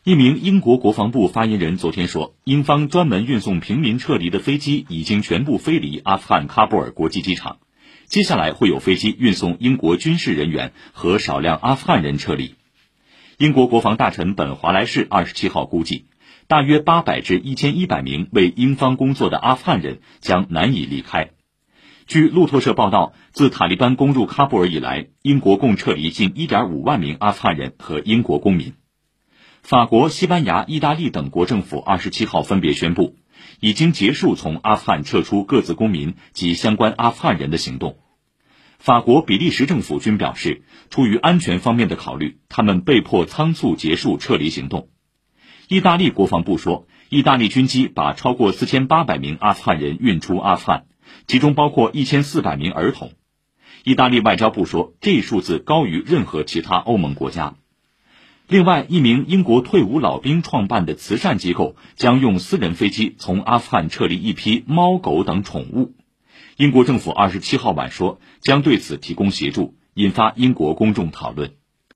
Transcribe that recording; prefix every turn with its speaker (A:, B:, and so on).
A: 一名英国国防部发言人昨天说，英方专门运送平民撤离的飞机已经全部飞离阿富汗喀布尔国际机场，接下来会有飞机运送英国军事人员和少量阿富汗人撤离。英国国防大臣本·华莱士27号估计，大约800至1100名为英方工作的阿富汗人将难以离开。据路透社报道，自塔利班攻入喀布尔以来，英国共撤离近 1.5 万名阿富汗人和英国公民。法国、西班牙、意大利等国政府27号分别宣布，已经结束从阿富汗撤出各自公民及相关阿富汗人的行动。法国、比利时政府均表示，出于安全方面的考虑，他们被迫仓促结束撤离行动。意大利国防部说，意大利军机把超过4800名阿富汗人运出阿富汗，其中包括1400名儿童。意大利外交部说，这一数字高于任何其他欧盟国家。另外，一名英国退伍老兵创办的慈善机构将用私人飞机从阿富汗撤离一批猫狗等宠物。英国政府27号晚说，将对此提供协助，引发英国公众讨论。